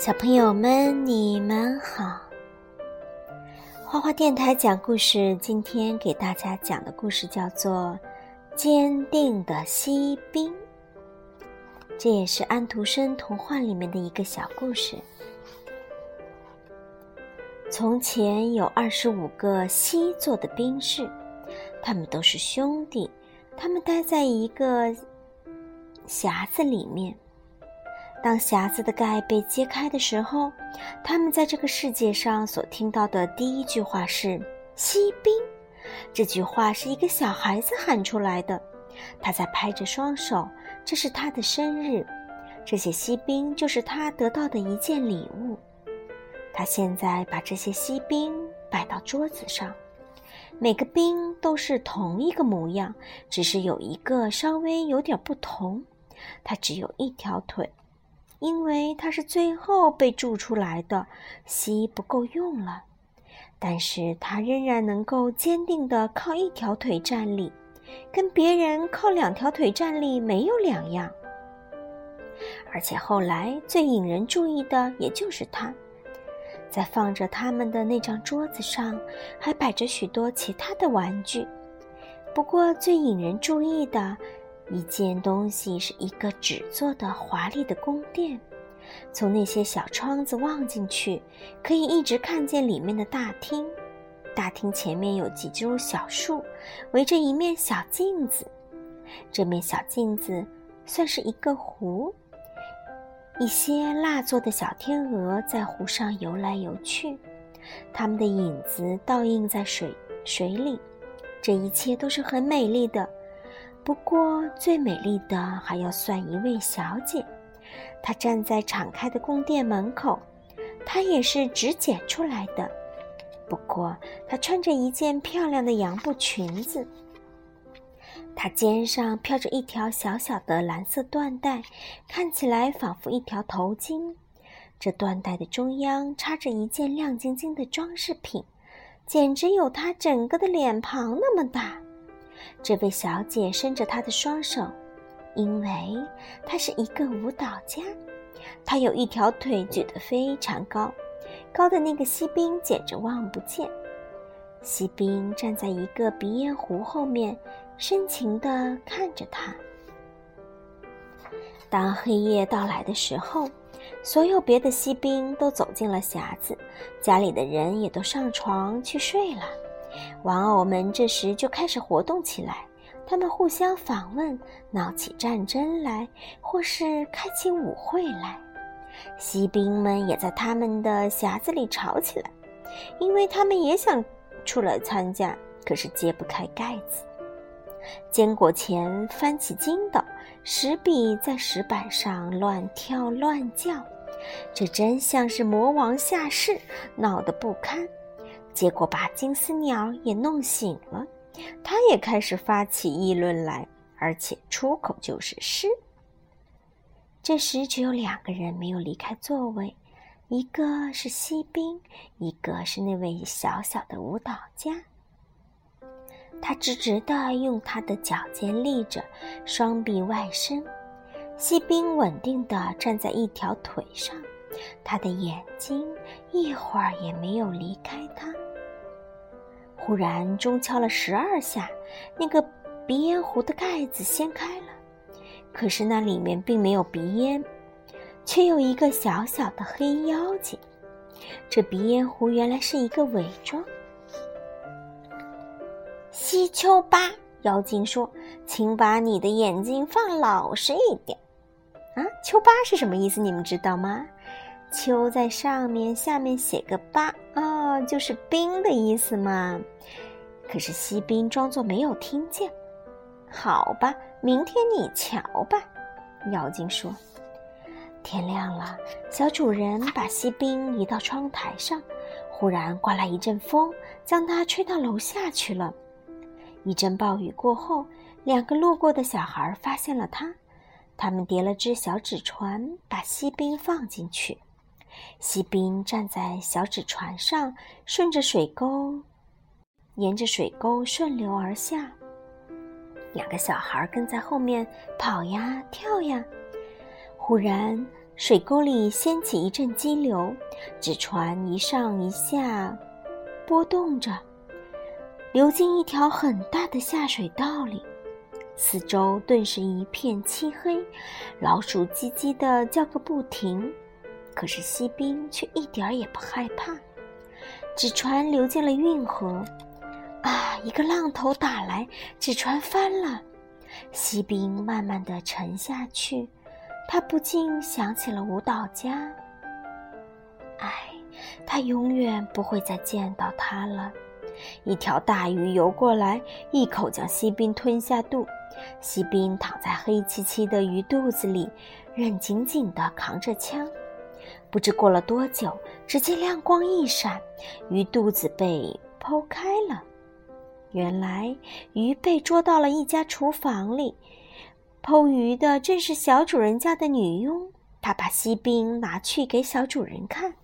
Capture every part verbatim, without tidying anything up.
小朋友们，你们好！花花电台讲故事，今天给大家讲的故事叫做《坚定的锡兵》，这也是安徒生童话里面的一个小故事。从前有二十五个锡做的兵士，他们都是兄弟，他们待在一个匣子里面。当匣子的盖被揭开的时候，他们在这个世界上所听到的第一句话是“锡兵”。这句话是一个小孩子喊出来的，他在拍着双手，这是他的生日。这些锡兵就是他得到的一件礼物。他现在把这些锡兵摆到桌子上，每个兵都是同一个模样，只是有一个稍微有点不同，他只有一条腿。因为它是最后被铸出来的，锡不够用了，但是它仍然能够坚定地靠一条腿站立，跟别人靠两条腿站立没有两样。而且后来最引人注意的也就是它，在放着他们的那张桌子上，还摆着许多其他的玩具。不过最引人注意的一件东西是一个纸做的华丽的宫殿，从那些小窗子望进去，可以一直看见里面的大厅。大厅前面有几株小树，围着一面小镜子。这面小镜子算是一个湖，一些蜡做的小天鹅在湖上游来游去，它们的影子倒映在水水里。这一切都是很美丽的。不过最美丽的还要算一位小姐，她站在敞开的宫殿门口，她也是纸剪出来的。不过她穿着一件漂亮的洋布裙子，她肩上飘着一条小小的蓝色缎带，看起来仿佛一条头巾。这缎带的中央插着一件亮晶晶的装饰品，简直有她整个的脸庞那么大。这位小姐伸着她的双手，因为她是一个舞蹈家。她有一条腿举得非常高，高的那个锡兵简直望不见。锡兵站在一个鼻烟壶后面，深情地看着她。当黑夜到来的时候，所有别的锡兵都走进了匣子，家里的人也都上床去睡了。玩偶们这时就开始活动起来，他们互相访问，闹起战争来，或是开起舞会来。锡兵们也在他们的匣子里吵起来，因为他们也想出来参加，可是揭不开盖子。坚果前翻起筋斗，石笔在石板上乱跳乱叫，这真像是魔王下世，闹得不堪。结果把金丝鸟也弄醒了，它也开始发起议论来，而且出口就是诗。这时只有两个人没有离开座位，一个是锡兵，一个是那位小小的舞蹈家。他直直地用他的脚尖立着，双臂外伸。锡兵稳定地站在一条腿上，他的眼睛一会儿也没有离开他。忽然钟敲了十二下，那个鼻烟壶的盖子掀开了，可是那里面并没有鼻烟，却有一个小小的黑妖精。这鼻烟壶原来是一个伪装。西丘巴，妖精说，请把你的眼睛放老实一点。啊，丘巴是什么意思你们知道吗？丘在上面，下面写个八，哦，就是兵的意思嘛。可是锡兵装作没有听见。好吧，明天你瞧吧，妖精说。天亮了，小主人把锡兵移到窗台上，忽然刮来一阵风，将它吹到楼下去了。一阵暴雨过后，两个路过的小孩发现了它，他们叠了只小纸船，把锡兵放进去。锡兵站在小纸船上，顺着水沟，沿着水沟顺流而下。两个小孩跟在后面跑呀跳呀。忽然水沟里掀起一阵激流，纸船一上一下波动着，流进一条很大的下水道里。四周顿时一片漆黑，老鼠叽叽地叫个不停。可是锡兵却一点儿也不害怕。纸船流进了运河，啊，一个浪头打来，纸船翻了。锡兵慢慢地沉下去，他不禁想起了舞蹈家。唉，他永远不会再见到他了。一条大鱼游过来，一口将锡兵吞下肚。锡兵躺在黑漆漆的鱼肚子里，仍紧紧地扛着枪。不知过了多久，只见亮光一闪，鱼肚子被剖开了。原来鱼被捉到了一家厨房里，剖鱼的正是小主人家的女佣。她把锡兵拿去给小主人看。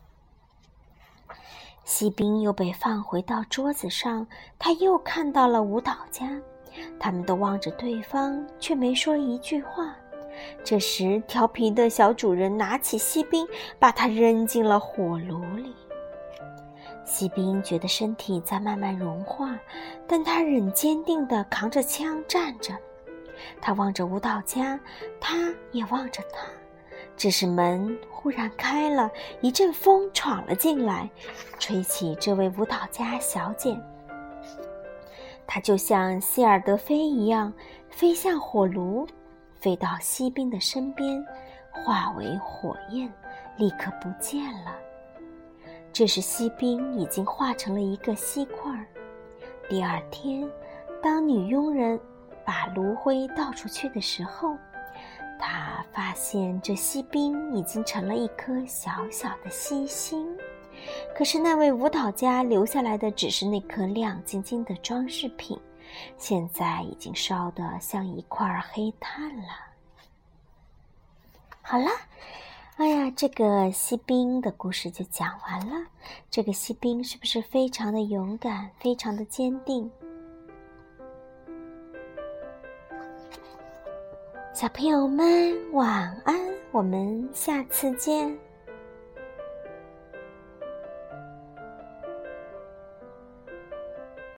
锡兵又被放回到桌子上，他又看到了舞蹈家。他们都望着对方，却没说一句话。这时调皮的小主人拿起锡兵，把它扔进了火炉里。锡兵觉得身体在慢慢融化，但他仍坚定地扛着枪站着。他望着舞蹈家，他也望着他。这时门忽然开了，一阵风闯了进来，吹起这位舞蹈家小姐。她就像希尔德菲一样，飞向火炉，飞到锡兵的身边，化为火焰，立刻不见了。这时锡兵已经化成了一个锡块。第二天，当女佣人把炉灰倒出去的时候，她发现这锡兵已经成了一颗小小的锡星。可是那位舞蹈家留下来的只是那颗亮晶晶的装饰品，现在已经烧得像一块黑炭了。好了，哎呀，这个锡兵的故事就讲完了。这个锡兵是不是非常的勇敢，非常的坚定？小朋友们晚安，我们下次见。